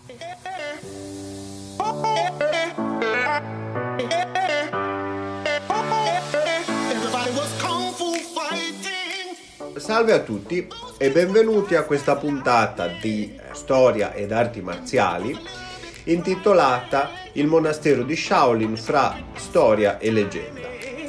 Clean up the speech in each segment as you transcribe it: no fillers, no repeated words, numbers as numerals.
Salve a tutti e benvenuti a questa puntata di storia ed arti marziali intitolata Il monastero di Shaolin fra storia e leggenda.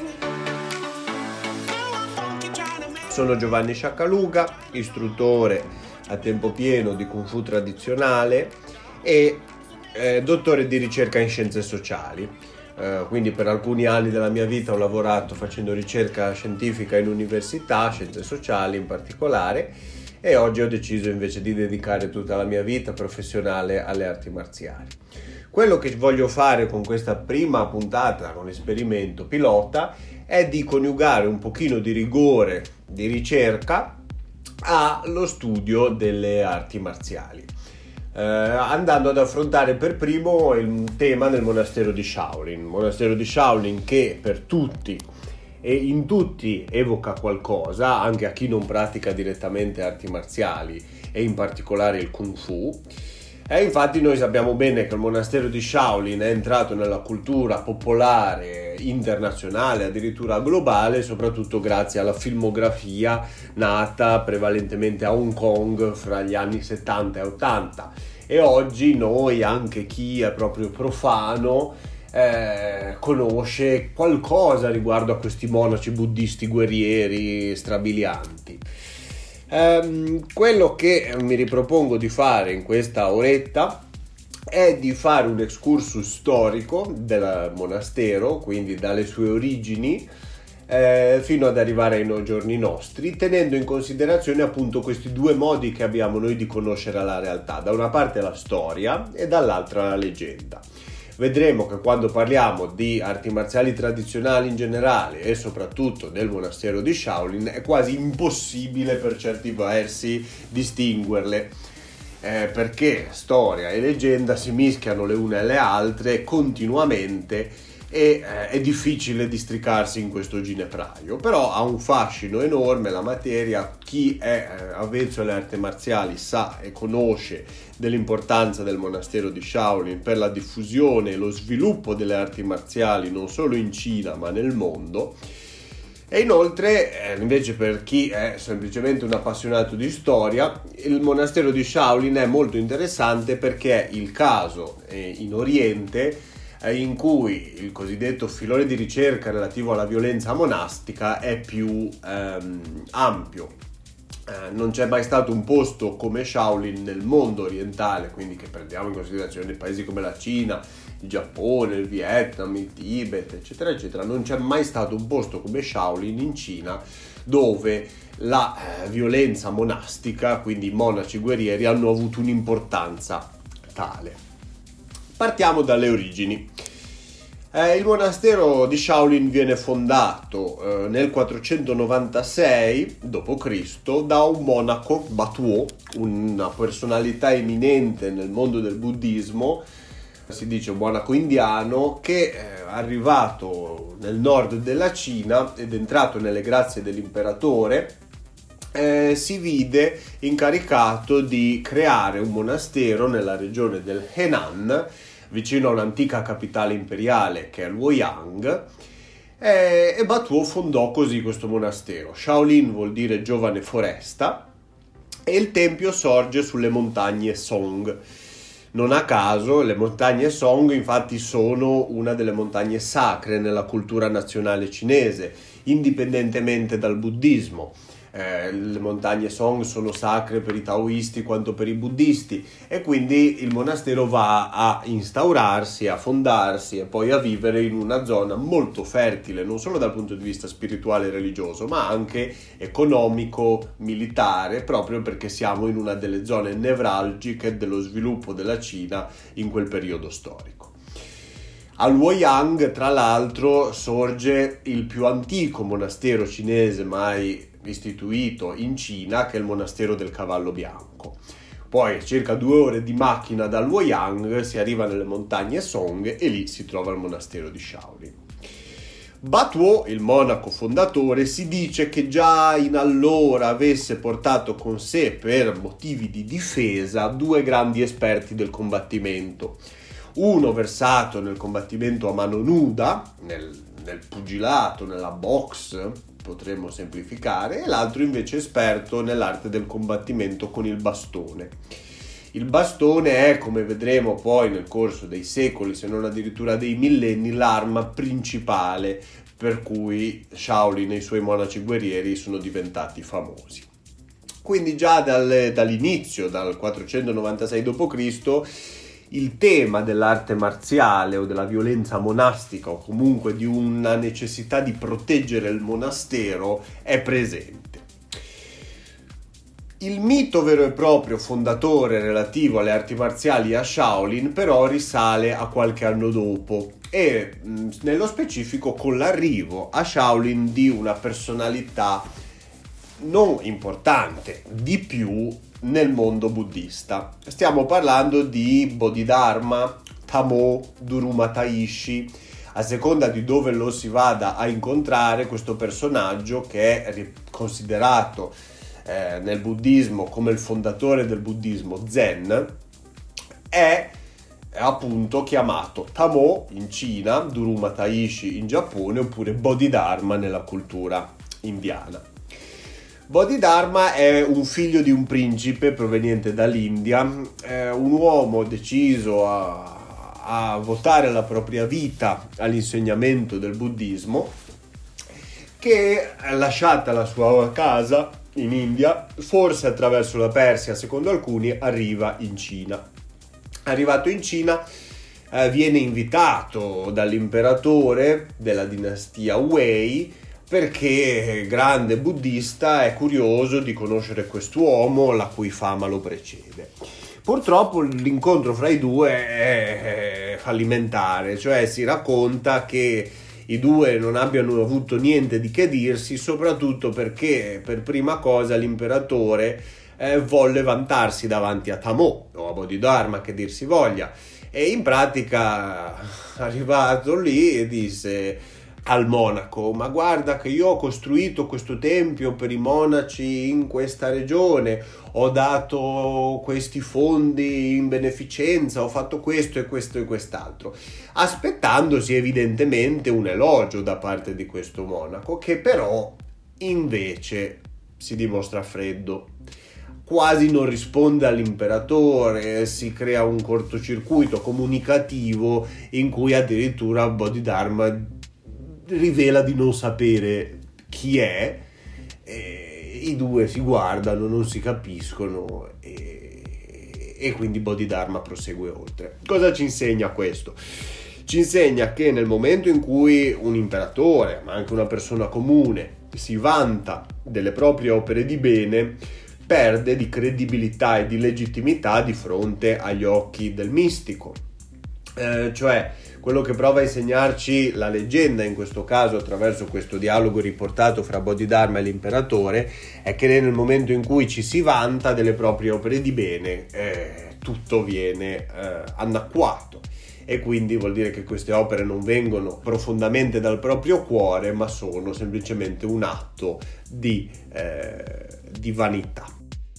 Sono Giovanni Sciaccaluga, istruttore a tempo pieno di Kung Fu tradizionale e dottore di ricerca in scienze sociali. Quindi per alcuni anni della mia vita ho lavorato facendo ricerca scientifica in università, scienze sociali in particolare, e oggi ho deciso invece di dedicare tutta la mia vita professionale alle arti marziali. Quello che voglio fare con questa prima puntata, con l'esperimento pilota, è di coniugare un pochino di rigore di ricerca allo studio delle arti marziali. Andando ad affrontare per primo il tema del monastero di Shaolin che per tutti e in tutti evoca qualcosa, anche a chi non pratica direttamente arti marziali e in particolare il Kung Fu. E infatti noi sappiamo bene che il monastero di Shaolin è entrato nella cultura popolare internazionale, addirittura globale, soprattutto grazie alla filmografia nata prevalentemente a Hong Kong fra gli anni 70 e 80. E oggi noi, anche chi è proprio profano, conosce qualcosa riguardo a questi monaci buddisti guerrieri strabilianti. Quello che mi ripropongo di fare in questa oretta è di fare un excursus storico del monastero, quindi dalle sue origini fino ad arrivare ai giorni nostri, tenendo in considerazione appunto questi due modi che abbiamo noi di conoscere la realtà: da una parte la storia e dall'altra la leggenda. Vedremo che quando parliamo di arti marziali tradizionali in generale e soprattutto del monastero di Shaolin è quasi impossibile per certi versi distinguerle, perché storia e leggenda si mischiano le une alle altre continuamente e è difficile districarsi in questo ginepraio. Però ha un fascino enorme la materia. Chi è avvezzo alle arti marziali sa e conosce dell'importanza del monastero di Shaolin per la diffusione e lo sviluppo delle arti marziali non solo in Cina ma nel mondo. E inoltre, invece, per chi è semplicemente un appassionato di storia, il monastero di Shaolin è molto interessante perché è il caso in Oriente in cui il cosiddetto filone di ricerca relativo alla violenza monastica è più ampio. Non c'è mai stato un posto come Shaolin nel mondo orientale, quindi che prendiamo in considerazione paesi come la Cina, il Giappone, il Vietnam, il Tibet, eccetera, eccetera. Non c'è mai stato un posto come Shaolin in Cina dove la violenza monastica, quindi i monaci guerrieri, hanno avuto un'importanza tale. Partiamo dalle origini. Il monastero di Shaolin viene fondato nel 496 d.C. da un monaco Batuo, una personalità eminente nel mondo del buddismo, si dice un monaco indiano, che arrivato nel nord della Cina ed entrato nelle grazie dell'imperatore, si vide incaricato di creare un monastero nella regione del Henan, vicino a un'antica capitale imperiale che è Luoyang, e Batuo fondò così questo monastero. Shaolin vuol dire giovane foresta e il tempio sorge sulle montagne Song. Non a caso le montagne Song infatti sono una delle montagne sacre nella cultura nazionale cinese, indipendentemente dal buddismo. Le montagne Song sono sacre per i taoisti quanto per i buddisti e quindi il monastero va a instaurarsi, a fondarsi e poi a vivere in una zona molto fertile, non solo dal punto di vista spirituale e religioso, ma anche economico, militare, proprio perché siamo in una delle zone nevralgiche dello sviluppo della Cina in quel periodo storico. A Luoyang, tra l'altro, sorge il più antico monastero cinese mai istituito in Cina, che è il monastero del Cavallo Bianco. Poi, circa 2 ore di macchina da Luoyang, si arriva nelle montagne Song e lì si trova il monastero di Shaolin. Batuo, il monaco fondatore, si dice che già in allora avesse portato con sé, per motivi di difesa, 2 grandi esperti del combattimento. Uno versato nel combattimento a mano nuda, nel pugilato, nella box, potremmo semplificare, e l'altro invece esperto nell'arte del combattimento con il bastone. Il bastone è, come vedremo poi nel corso dei secoli, se non addirittura dei millenni, l'arma principale per cui Shaolin e i suoi monaci guerrieri sono diventati famosi. Quindi già dall'inizio, dal 496 d.C., il tema dell'arte marziale o della violenza monastica o comunque di una necessità di proteggere il monastero è presente. Il mito vero e proprio fondatore relativo alle arti marziali a Shaolin però risale a qualche anno dopo e nello specifico con l'arrivo a Shaolin di una personalità non importante di più nel mondo buddista. Stiamo parlando di Bodhidharma, Tamo, Duruma Taishi. A seconda di dove lo si vada a incontrare, questo personaggio, che è considerato nel buddismo come il fondatore del buddismo Zen, è appunto chiamato Tamo in Cina, Duruma Taishi in Giappone oppure Bodhidharma nella cultura indiana. Bodhidharma è un figlio di un principe proveniente dall'India, un uomo deciso a votare la propria vita all'insegnamento del buddismo, che lasciata la sua casa in India, forse attraverso la Persia, secondo alcuni, arriva in Cina. Arrivato in Cina, viene invitato dall'imperatore della dinastia Wei perché grande buddista è curioso di conoscere quest'uomo la cui fama lo precede. Purtroppo l'incontro fra i due è fallimentare, cioè si racconta che i due non abbiano avuto niente di che dirsi, soprattutto perché per prima cosa l'imperatore volle vantarsi davanti a Tamo o a Bodhidharma, che dir si voglia, e in pratica arrivato lì disse al monaco: ma guarda che io ho costruito questo tempio per i monaci in questa regione, ho dato questi fondi in beneficenza, ho fatto questo e questo e quest'altro, aspettandosi evidentemente un elogio da parte di questo monaco, che però invece si dimostra freddo, quasi non risponde all'imperatore, si crea un cortocircuito comunicativo in cui addirittura Bodhidharma rivela di non sapere chi è, i due si guardano, non si capiscono e quindi Bodhidharma prosegue oltre. Cosa ci insegna questo? Ci insegna che nel momento in cui un imperatore, ma anche una persona comune, si vanta delle proprie opere di bene, perde di credibilità e di legittimità di fronte agli occhi del mistico. Cioè quello che prova a insegnarci la leggenda, in questo caso attraverso questo dialogo riportato fra Bodhidharma e l'imperatore, è che nel momento in cui ci si vanta delle proprie opere di bene, tutto viene annacquato, e quindi vuol dire che queste opere non vengono profondamente dal proprio cuore, ma sono semplicemente un atto di vanità.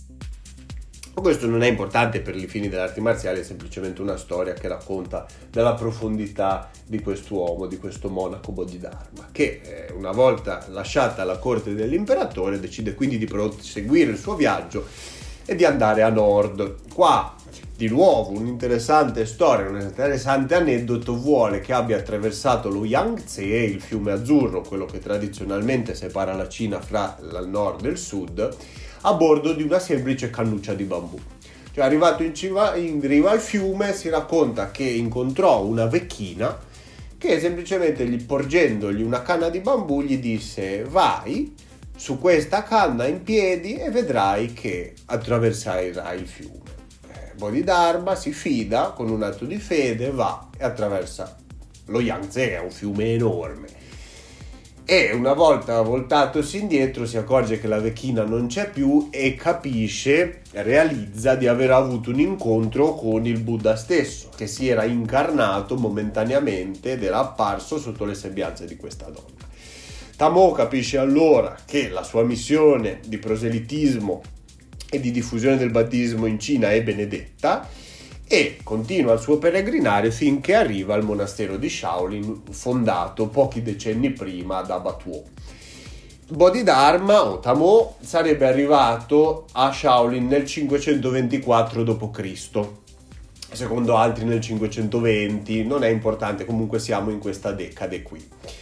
Questo non è importante per i fini delle arti marziali, è semplicemente una storia che racconta della profondità di quest'uomo, di questo monaco Bodhidharma, che una volta lasciata la corte dell'imperatore decide quindi di proseguire il suo viaggio e di andare a nord. Qua di nuovo un'interessante storia, un interessante aneddoto vuole che abbia attraversato lo Yangtze, il fiume azzurro, quello che tradizionalmente separa la Cina fra il nord e il sud, a bordo di una semplice cannuccia di bambù. Cioè, arrivato in riva al fiume, si racconta che incontrò una vecchina che semplicemente porgendogli una canna di bambù gli disse: vai su questa canna in piedi e vedrai che attraverserai il fiume. Bodhidharma si fida, con un atto di fede va e attraversa lo Yangtze, è un fiume enorme. E una volta voltatosi indietro si accorge che la vecchina non c'è più e realizza di aver avuto un incontro con il Buddha stesso, che si era incarnato momentaneamente ed era apparso sotto le sembianze di questa donna. Tamo capisce allora che la sua missione di proselitismo e di diffusione del buddismo in Cina è benedetta e continua il suo peregrinario finché arriva al monastero di Shaolin, fondato pochi decenni prima da Batuo. Bodhidharma o Tamo sarebbe arrivato a Shaolin nel 524 d.C., secondo altri nel 520, non è importante, comunque siamo in questa decade qui.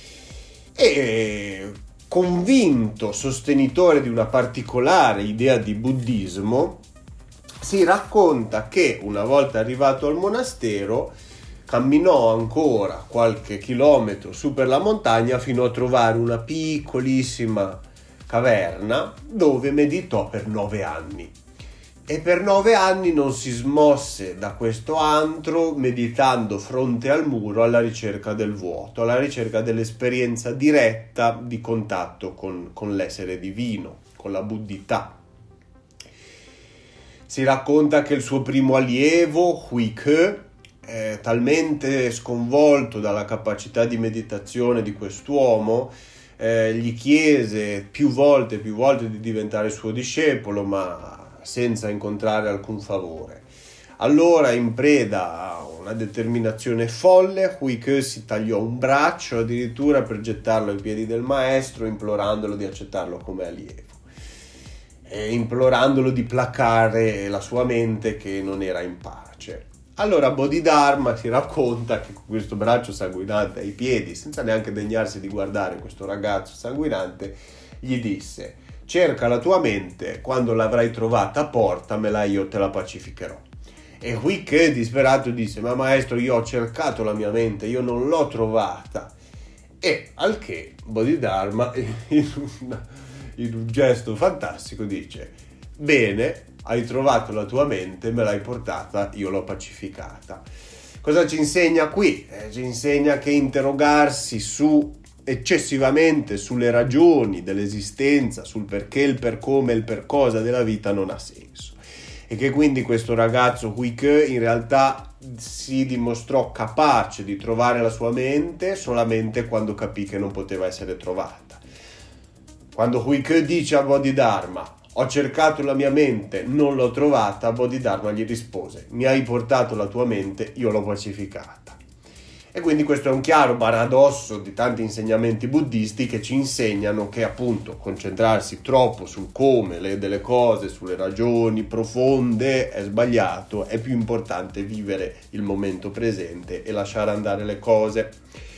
E convinto sostenitore di una particolare idea di buddismo, si racconta che una volta arrivato al monastero camminò ancora qualche chilometro su per la montagna fino a trovare una piccolissima caverna dove meditò per 9 anni. E per 9 anni non si smosse da questo antro, meditando fronte al muro alla ricerca del vuoto, alla ricerca dell'esperienza diretta di contatto con l'essere divino, con la buddhità. Si racconta che il suo primo allievo, Hui Ke, talmente sconvolto dalla capacità di meditazione di quest'uomo, gli chiese più volte di diventare suo discepolo, ma senza incontrare alcun favore. Allora, in preda a una determinazione folle, Hui Ke si tagliò un braccio addirittura per gettarlo ai piedi del maestro, implorandolo di accettarlo come allievo e implorandolo di placare la sua mente che non era in pace. Allora Bodhidharma si racconta che con questo braccio sanguinante ai piedi, senza neanche degnarsi di guardare questo ragazzo sanguinante, gli disse: cerca la tua mente, quando l'avrai trovata portamela, io te la pacificherò. E Hui Ke disperato disse: ma maestro, io ho cercato la mia mente, io non l'ho trovata. E al che Bodhidharma in un gesto fantastico dice: bene, hai trovato la tua mente, me l'hai portata, io l'ho pacificata. Cosa ci insegna qui? Ci insegna che interrogarsi eccessivamente sulle ragioni dell'esistenza, sul perché, il per come e il per cosa della vita non ha senso, e che quindi questo ragazzo Hui Ke in realtà si dimostrò capace di trovare la sua mente solamente quando capì che non poteva essere trovata. Quando Hui Ke dice a Bodhidharma: ho cercato la mia mente, non l'ho trovata, Bodhidharma gli rispose: mi hai portato la tua mente, io l'ho pacificata. E quindi questo è un chiaro paradosso di tanti insegnamenti buddisti che ci insegnano che appunto concentrarsi troppo sul come delle cose, sulle ragioni profonde è sbagliato, è più importante vivere il momento presente e lasciare andare le cose.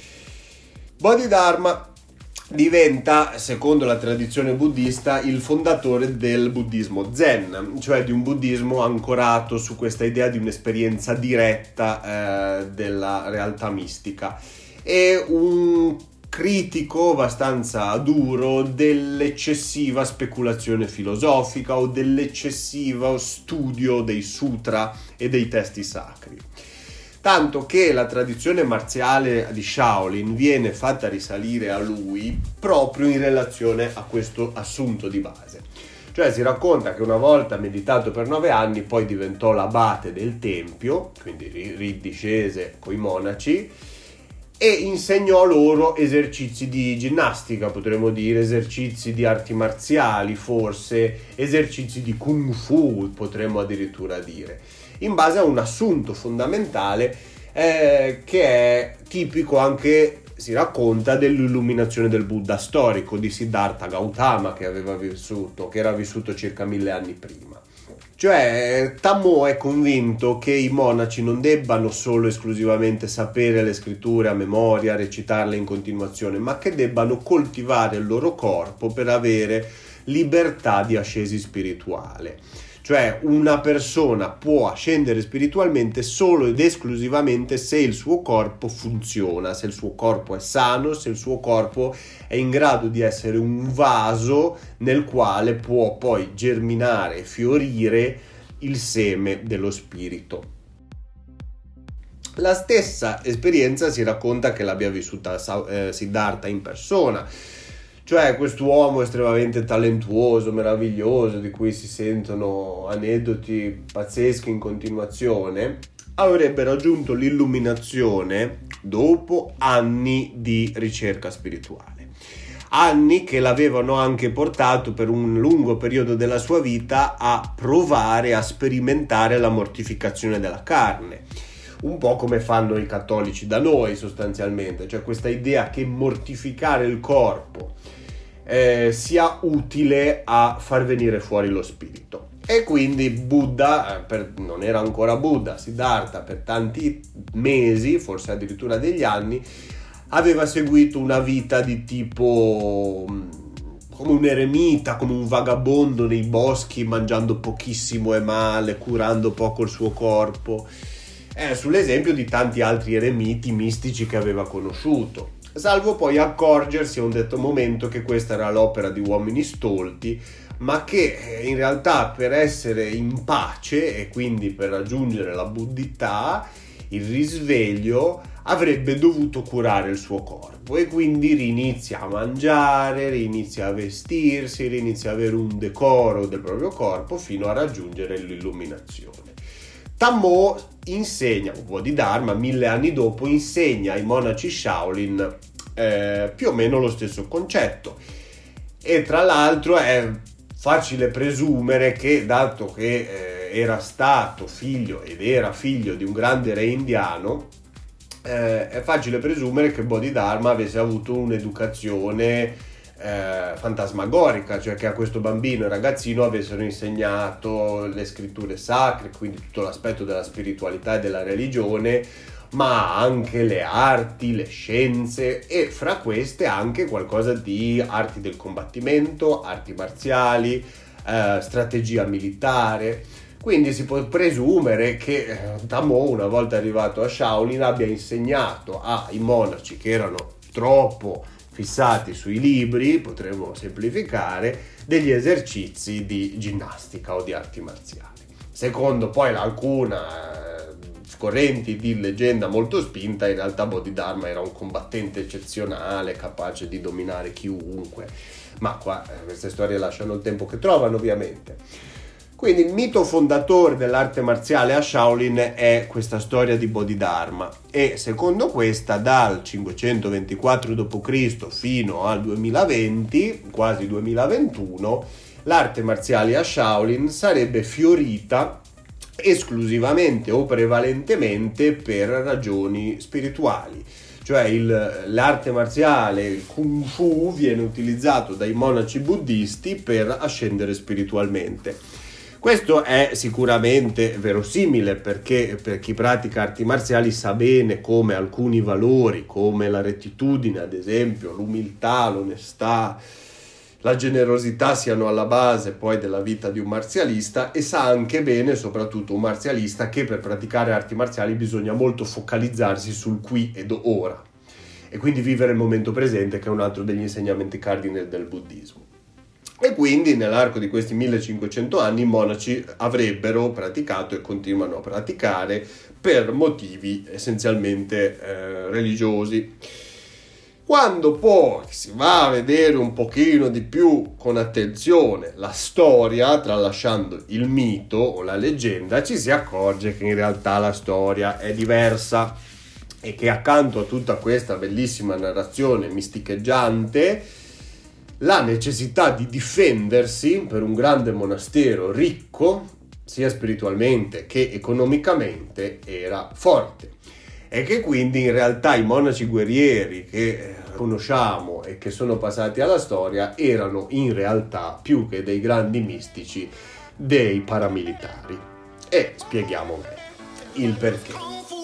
Bodhidharma diventa, secondo la tradizione buddista, il fondatore del buddismo Zen, cioè di un buddismo ancorato su questa idea di un'esperienza diretta della realtà mistica. È un critico abbastanza duro dell'eccessiva speculazione filosofica o dell'eccessivo studio dei sutra e dei testi sacri. Tanto che la tradizione marziale di Shaolin viene fatta risalire a lui proprio in relazione a questo assunto di base. Cioè si racconta che una volta meditato per 9 anni poi diventò l'abate del tempio, quindi ridiscese coi monaci, e insegnò loro esercizi di ginnastica, potremmo dire, esercizi di arti marziali, forse esercizi di kung fu, potremmo addirittura dire, in base a un assunto fondamentale che è tipico anche, si racconta, dell'illuminazione del Buddha storico di Siddhartha Gautama, che era vissuto circa 1000 anni prima. Cioè Tamo è convinto che i monaci non debbano solo esclusivamente sapere le scritture a memoria, recitarle in continuazione, ma che debbano coltivare il loro corpo per avere libertà di ascesi spirituale. Cioè una persona può ascendere spiritualmente solo ed esclusivamente se il suo corpo funziona, se il suo corpo è sano, se il suo corpo è in grado di essere un vaso nel quale può poi germinare e fiorire il seme dello spirito. La stessa esperienza si racconta che l'abbia vissuta Siddhartha in persona, cioè quest'uomo estremamente talentuoso, meraviglioso, di cui si sentono aneddoti pazzeschi in continuazione, avrebbe raggiunto l'illuminazione dopo anni di ricerca spirituale. Anni che l'avevano anche portato per un lungo periodo della sua vita a provare, a sperimentare la mortificazione della carne. Un po' come fanno i cattolici da noi sostanzialmente, cioè questa idea che mortificare il corpo sia utile a far venire fuori lo spirito. E quindi Buddha, non era ancora Buddha, Siddhartha per tanti mesi, forse addirittura degli anni, aveva seguito una vita di tipo come un eremita, come un vagabondo nei boschi, mangiando pochissimo e male, curando poco il suo corpo, sull'esempio di tanti altri eremiti mistici che aveva conosciuto, salvo poi accorgersi a un detto momento che questa era l'opera di uomini stolti, ma che in realtà per essere in pace e quindi per raggiungere la buddhità, il risveglio, avrebbe dovuto curare il suo corpo, e quindi rinizia a mangiare, rinizia a vestirsi, rinizia a avere un decoro del proprio corpo fino a raggiungere l'illuminazione. Tammo insegna, Bodhidharma 1000 anni dopo, insegna ai monaci Shaolin più o meno lo stesso concetto, e tra l'altro è facile presumere che, dato che era stato figlio ed era figlio di un grande re indiano, è facile presumere che Bodhidharma avesse avuto un'educazione fantasmagorica, cioè che a questo bambino e ragazzino avessero insegnato le scritture sacre, quindi tutto l'aspetto della spiritualità e della religione, ma anche le arti, le scienze, e fra queste anche qualcosa di arti del combattimento, arti marziali, strategia militare. Quindi si può presumere che Tammo, una volta arrivato a Shaolin, abbia insegnato ai monaci che erano troppo fissati sui libri, potremmo semplificare, degli esercizi di ginnastica o di arti marziali. Secondo poi alcuna correnti di leggenda molto spinta, in realtà Bodhidharma era un combattente eccezionale, capace di dominare chiunque, ma qua queste storie lasciano il tempo che trovano, ovviamente. Quindi il mito fondatore dell'arte marziale a Shaolin è questa storia di Bodhidharma, e secondo questa dal 524 d.C. fino al 2020, quasi 2021, l'arte marziale a Shaolin sarebbe fiorita esclusivamente o prevalentemente per ragioni spirituali. Cioè l'arte marziale, il Kung Fu, viene utilizzato dai monaci buddisti per ascendere spiritualmente. Questo è sicuramente verosimile, perché per chi pratica arti marziali sa bene come alcuni valori, come la rettitudine ad esempio, l'umiltà, l'onestà, la generosità siano alla base poi della vita di un marzialista, e sa anche bene, soprattutto un marzialista, che per praticare arti marziali bisogna molto focalizzarsi sul qui ed ora, e quindi vivere il momento presente, che è un altro degli insegnamenti cardine del buddismo. E quindi nell'arco di questi 1500 anni i monaci avrebbero praticato e continuano a praticare per motivi essenzialmente religiosi. Quando poi si va a vedere un pochino di più con attenzione la storia, tralasciando il mito o la leggenda, ci si accorge che in realtà la storia è diversa, e che accanto a tutta questa bellissima narrazione misticheggiante, la necessità di difendersi per un grande monastero ricco, sia spiritualmente che economicamente, era forte, e che quindi in realtà i monaci guerrieri che conosciamo e che sono passati alla storia erano in realtà, più che dei grandi mistici, dei paramilitari. E spieghiamo meglio il perché.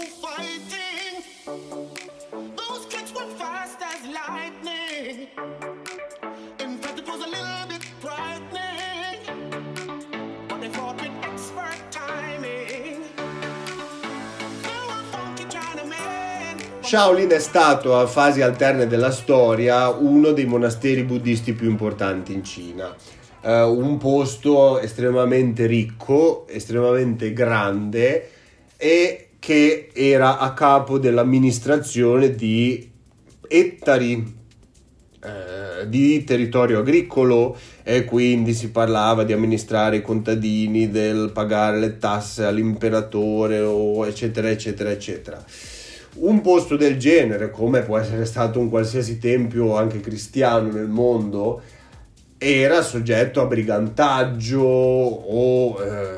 Shaolin è stato, a fasi alterne della storia, uno dei monasteri buddisti più importanti in Cina. Un posto estremamente ricco, estremamente grande, e che era a capo dell'amministrazione di ettari di territorio agricolo, e quindi si parlava di amministrare i contadini, del pagare le tasse all'imperatore, eccetera eccetera eccetera. Un posto del genere, come può essere stato un qualsiasi tempio anche cristiano nel mondo, era soggetto a brigantaggio o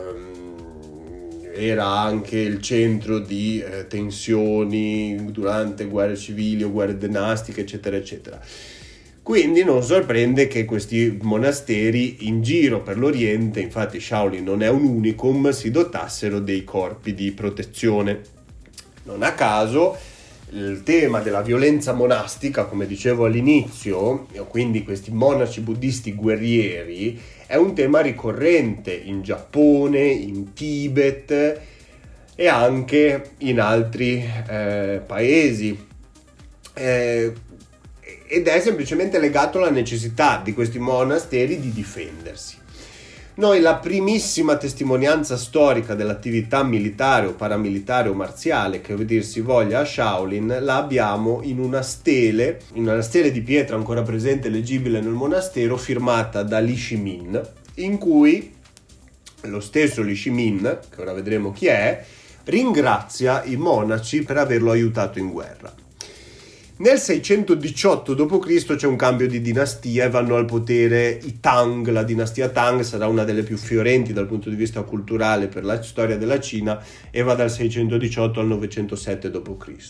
era anche il centro di tensioni durante guerre civili o guerre dinastiche, eccetera eccetera. Quindi non sorprende che questi monasteri in giro per l'Oriente, infatti Shaolin non è un unicum, si dotassero dei corpi di protezione. Non a caso il tema della violenza monastica, come dicevo all'inizio, quindi questi monaci buddisti guerrieri, è un tema ricorrente in Giappone, in Tibet e anche in altri paesi. Ed è semplicemente legato alla necessità di questi monasteri di difendersi. Noi la primissima testimonianza storica dell'attività militare o paramilitare o marziale, che dir si voglia, a Shaolin, la abbiamo in una stele di pietra ancora presente e leggibile nel monastero, firmata da Li Shimin, in cui lo stesso Li Shimin, che ora vedremo chi è, ringrazia i monaci per averlo aiutato in guerra. Nel 618 d.C. c'è un cambio di dinastia e vanno al potere i Tang. La dinastia Tang sarà una delle più fiorenti dal punto di vista culturale per la storia della Cina e va dal 618 al 907 d.C.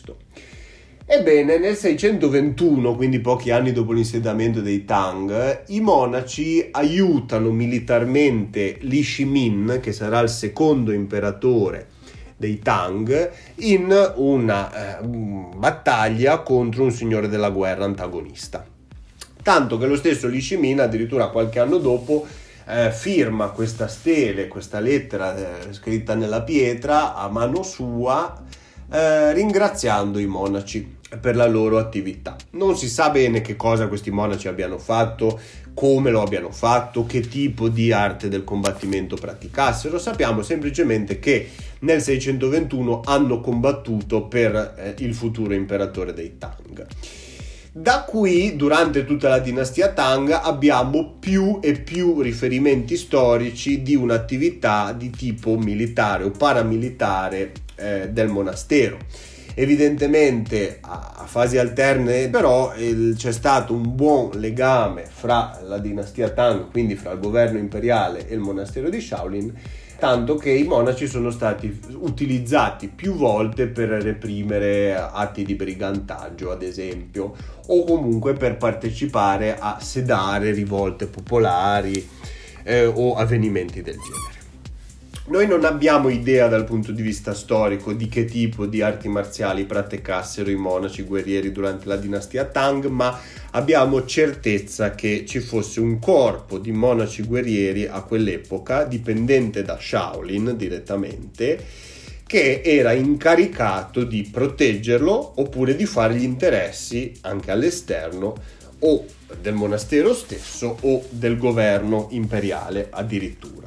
Ebbene, nel 621, quindi pochi anni dopo l'insediamento dei Tang, i monaci aiutano militarmente Li Shimin, che sarà il secondo imperatore dei Tang, in una battaglia contro un signore della guerra antagonista. Tanto che lo stesso Li Shimin, addirittura qualche anno dopo, firma questa stele, questa lettera scritta nella pietra a mano sua, ringraziando i monaci per la loro attività. Non si sa bene che cosa questi monaci abbiano fatto, come lo abbiano fatto, che tipo di arte del combattimento praticassero. Sappiamo semplicemente che nel 621 hanno combattuto per il futuro imperatore dei Tang. Da qui, durante tutta la dinastia Tang, abbiamo più e più riferimenti storici di un'attività di tipo militare o paramilitare del monastero. Evidentemente a fasi alterne, però c'è stato un buon legame fra la dinastia Tang, quindi fra il governo imperiale e il monastero di Shaolin, tanto che i monaci sono stati utilizzati più volte per reprimere atti di brigantaggio, ad esempio, o comunque per partecipare a sedare rivolte popolari o avvenimenti del genere. Noi non abbiamo idea dal punto di vista storico di che tipo di arti marziali praticassero i monaci guerrieri durante la dinastia Tang, ma abbiamo certezza che ci fosse un corpo di monaci guerrieri a quell'epoca, dipendente da Shaolin direttamente, che era incaricato di proteggerlo oppure di fare gli interessi anche all'esterno o del monastero stesso o del governo imperiale addirittura.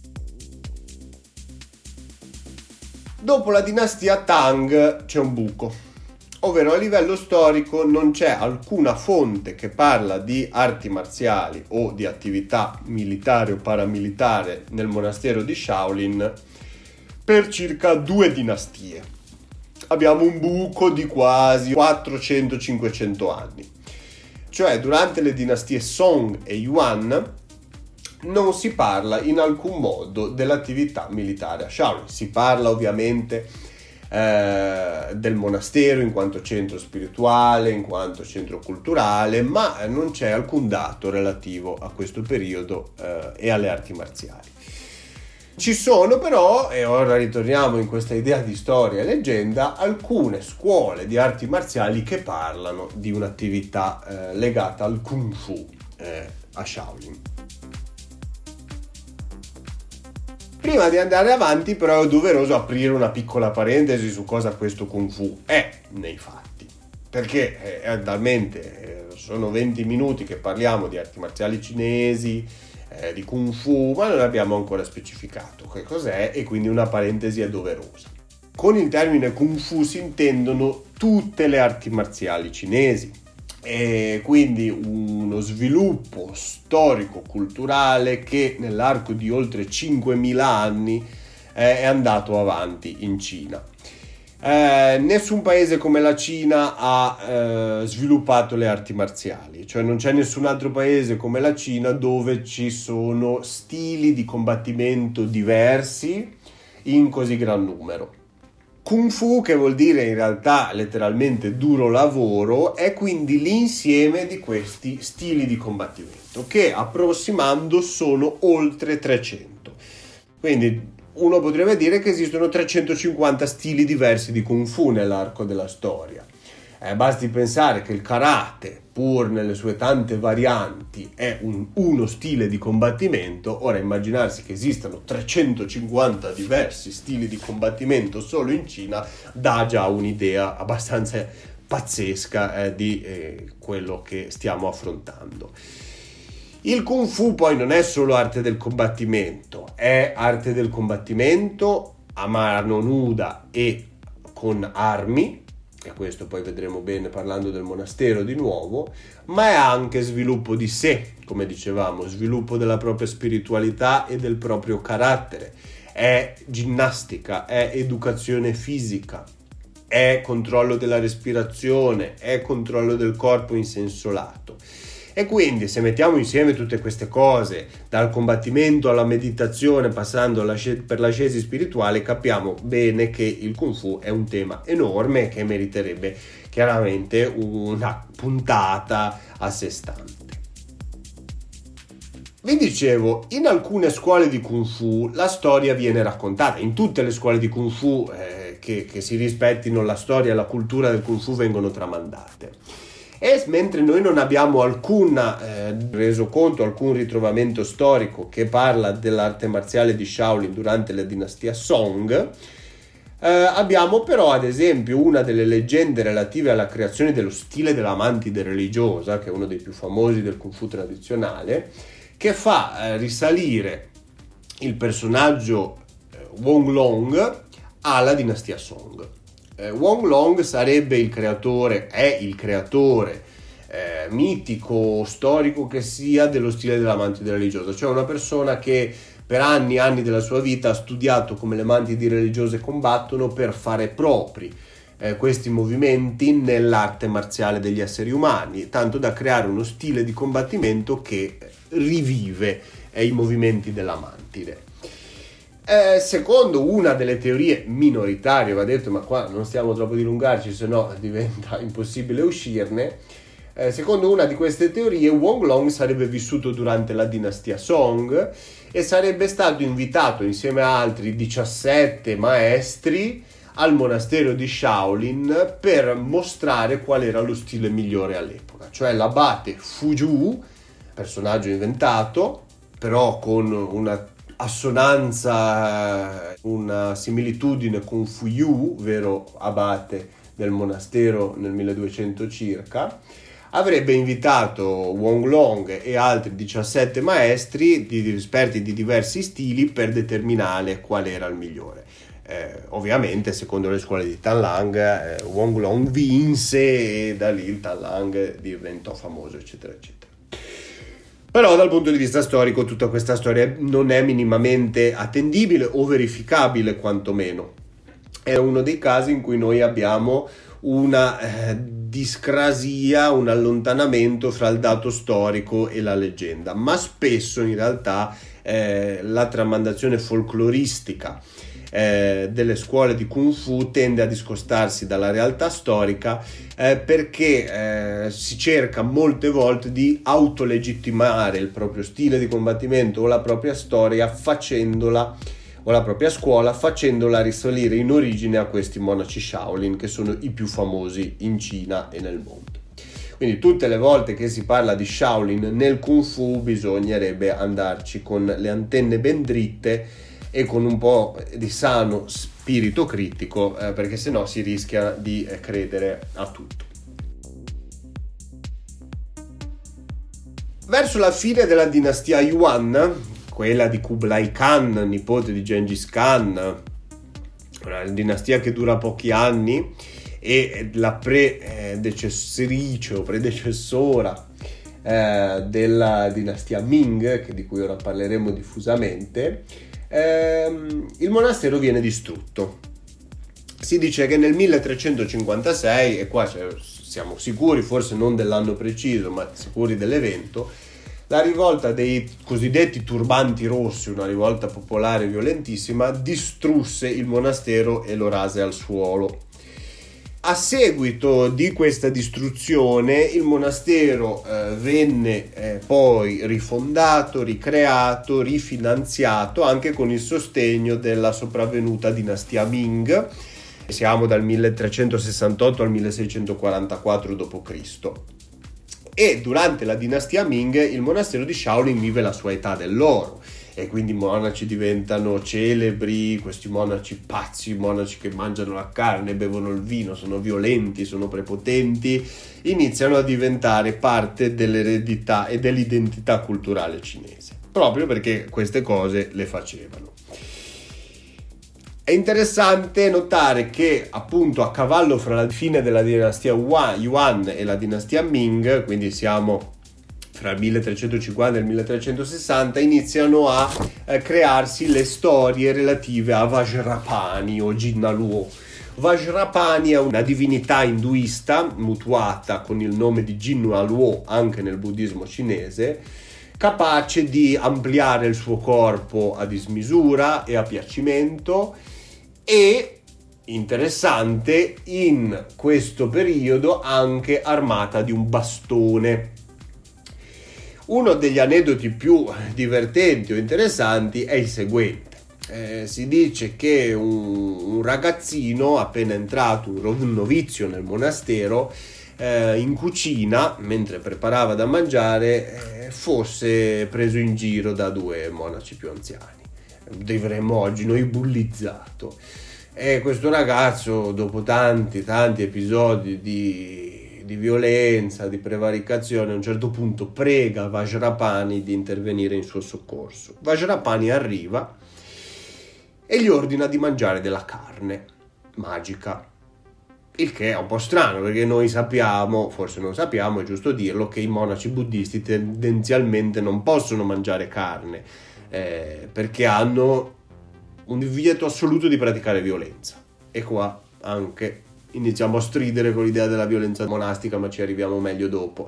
Dopo la dinastia Tang c'è un buco, ovvero a livello storico non c'è alcuna fonte che parla di arti marziali o di attività militare o paramilitare nel monastero di Shaolin per circa 2 dinastie. Abbiamo un buco di quasi 400-500 anni, cioè durante le dinastie Song e Yuan non si parla in alcun modo dell'attività militare a Shaolin. Si parla ovviamente del monastero in quanto centro spirituale, in quanto centro culturale, ma non c'è alcun dato relativo a questo periodo e alle arti marziali. Ci sono però, e ora ritorniamo in questa idea di storia e leggenda, alcune scuole di arti marziali che parlano di un'attività legata al Kung Fu a Shaolin. Prima di andare avanti però è doveroso aprire una piccola parentesi su cosa questo Kung Fu è nei fatti, perché sono 20 minuti che parliamo di arti marziali cinesi, di Kung Fu, ma non abbiamo ancora specificato che cos'è e quindi una parentesi è doverosa. Con il termine Kung Fu si intendono tutte le arti marziali cinesi, e quindi uno sviluppo storico-culturale che nell'arco di oltre 5.000 anni è andato avanti in Cina. Nessun paese come la Cina ha sviluppato le arti marziali, cioè non c'è nessun altro paese come la Cina dove ci sono stili di combattimento diversi in così gran numero. Kung Fu, che vuol dire in realtà letteralmente duro lavoro, è quindi l'insieme di questi stili di combattimento che approssimando sono oltre 300. Quindi uno potrebbe dire che esistono 350 stili diversi di Kung Fu nell'arco della storia. Basti pensare che il karate, pur nelle sue tante varianti, è uno stile di combattimento. Ora immaginarsi che esistano 350 diversi stili di combattimento solo in Cina dà già un'idea abbastanza pazzesca di quello che stiamo affrontando. Il Kung Fu poi non è solo arte del combattimento, è arte del combattimento a mano nuda e con armi, e questo poi vedremo bene parlando del monastero di nuovo, ma è anche sviluppo di sé, come dicevamo, sviluppo della propria spiritualità e del proprio carattere, è ginnastica, è educazione fisica, è controllo della respirazione, è controllo del corpo in senso lato. E quindi se mettiamo insieme tutte queste cose, dal combattimento alla meditazione, passando per l'ascesi spirituale, capiamo bene che il Kung Fu è un tema enorme che meriterebbe chiaramente una puntata a sé stante. Vi dicevo, in alcune scuole di Kung Fu la storia viene raccontata, in tutte le scuole di Kung Fu che si rispettino la storia e la cultura del Kung Fu vengono tramandate. E mentre noi non abbiamo alcun resoconto, alcun ritrovamento storico che parla dell'arte marziale di Shaolin durante la dinastia Song, abbiamo però ad esempio una delle leggende relative alla creazione dello stile della mantide religiosa, che è uno dei più famosi del Kung Fu tradizionale, che fa risalire il personaggio Wong Long alla dinastia Song. Wong Long sarebbe è il creatore mitico, storico che sia dello stile della mantide religiosa, cioè una persona che per anni e anni della sua vita ha studiato come le mantidi religiose combattono per fare propri questi movimenti nell'arte marziale degli esseri umani, tanto da creare uno stile di combattimento che rivive i movimenti della mantide. Secondo una delle teorie minoritarie, va detto, ma qua non stiamo troppo dilungarci, se no diventa impossibile uscirne. Secondo una di queste teorie, Wong Long sarebbe vissuto durante la dinastia Song e sarebbe stato invitato insieme a altri 17 maestri al monastero di Shaolin per mostrare qual era lo stile migliore all'epoca, cioè l'abate Fuju, personaggio inventato, però con una assonanza, una similitudine con Fu Yu, vero abate del monastero nel 1200 circa, avrebbe invitato Wong Long e altri 17 maestri esperti di diversi stili per determinare qual era il migliore. Ovviamente secondo le scuole di Tanlang Wong Long vinse e da lì il Tanlang diventò famoso, eccetera eccetera. Però dal punto di vista storico tutta questa storia non è minimamente attendibile o verificabile, quantomeno. È uno dei casi in cui noi abbiamo una discrasia, un allontanamento fra il dato storico e la leggenda, ma spesso in realtà la tramandazione folcloristica delle scuole di Kung Fu tende a discostarsi dalla realtà storica perché si cerca molte volte di autolegittimare il proprio stile di combattimento o la propria storia o la propria scuola facendola risalire in origine a questi monaci Shaolin che sono i più famosi in Cina e nel mondo. Quindi tutte le volte che si parla di Shaolin nel Kung Fu bisognerebbe andarci con le antenne ben dritte e con un po' di sano spirito critico, perché sennò si rischia di credere a tutto. Verso la fine della dinastia Yuan, quella di Kublai Khan, nipote di Gengis Khan, una dinastia che dura pochi anni, e la predecessorice o predecessora della dinastia Ming, di cui ora parleremo diffusamente. Il monastero viene distrutto. Si dice che nel 1356, e qua siamo sicuri, forse non dell'anno preciso, ma sicuri dell'evento, la rivolta dei cosiddetti turbanti rossi, una rivolta popolare violentissima, distrusse il monastero e lo rase al suolo. A seguito di questa distruzione il monastero venne poi rifondato, ricreato, rifinanziato anche con il sostegno della sopravvenuta dinastia Ming. Siamo dal 1368 al 1644 d.C. E durante la dinastia Ming il monastero di Shaolin vive la sua età dell'oro, e quindi i monaci diventano celebri, questi monaci pazzi, monaci che mangiano la carne, bevono il vino, sono violenti, sono prepotenti, iniziano a diventare parte dell'eredità e dell'identità culturale cinese, proprio perché queste cose le facevano. È interessante notare che appunto a cavallo fra la fine della dinastia Yuan e la dinastia Ming, quindi siamo fra il 1350 e il 1360, iniziano a crearsi le storie relative a Vajrapani o Jinnaluo. Vajrapani è una divinità induista mutuata con il nome di Jinnaluo anche nel buddismo cinese, capace di ampliare il suo corpo a dismisura e a piacimento, e interessante in questo periodo anche armata di un bastone. Uno degli aneddoti più divertenti o interessanti è il seguente. Si dice che un ragazzino appena entrato, un novizio nel monastero, in cucina, mentre preparava da mangiare, fosse preso in giro da due monaci più anziani. Dovremmo oggi noi bullizzato. E questo ragazzo, dopo tanti episodi di violenza, di prevaricazione, a un certo punto prega Vajrapani di intervenire in suo soccorso. Vajrapani arriva e gli ordina di mangiare della carne magica, il che è un po' strano perché noi sappiamo, forse non sappiamo, è giusto dirlo, che i monaci buddisti tendenzialmente non possono mangiare carne perché hanno un divieto assoluto di praticare violenza, e qua anche iniziamo a stridere con l'idea della violenza monastica, ma ci arriviamo meglio dopo.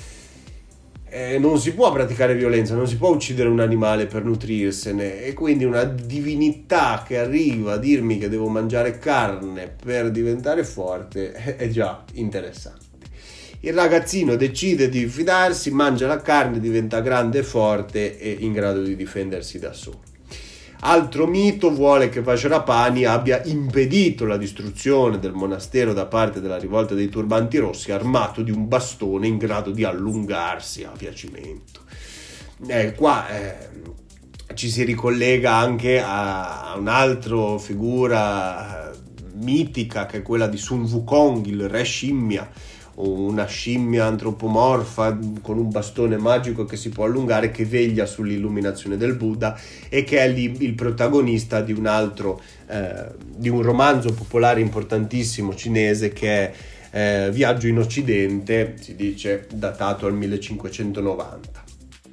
Non si può praticare violenza, non si può uccidere un animale per nutrirsene, e quindi una divinità che arriva a dirmi che devo mangiare carne per diventare forte è già interessante. Il ragazzino decide di fidarsi, mangia la carne, diventa grande e forte e in grado di difendersi da solo. Altro mito vuole che Vajrapani abbia impedito la distruzione del monastero da parte della rivolta dei turbanti rossi armato di un bastone in grado di allungarsi a piacimento. Qua ci si ricollega anche a un'altra figura mitica, che è quella di Sun Wukong, il re scimmia, una scimmia antropomorfa con un bastone magico che si può allungare, che veglia sull'illuminazione del Buddha, e che è il protagonista di di un romanzo popolare importantissimo cinese che è Viaggio in Occidente, si dice datato al 1590.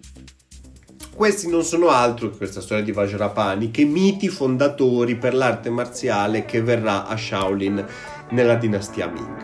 Questi non sono altro, questa storia di Vajrapani, che miti fondatori per l'arte marziale che verrà a Shaolin nella dinastia Ming.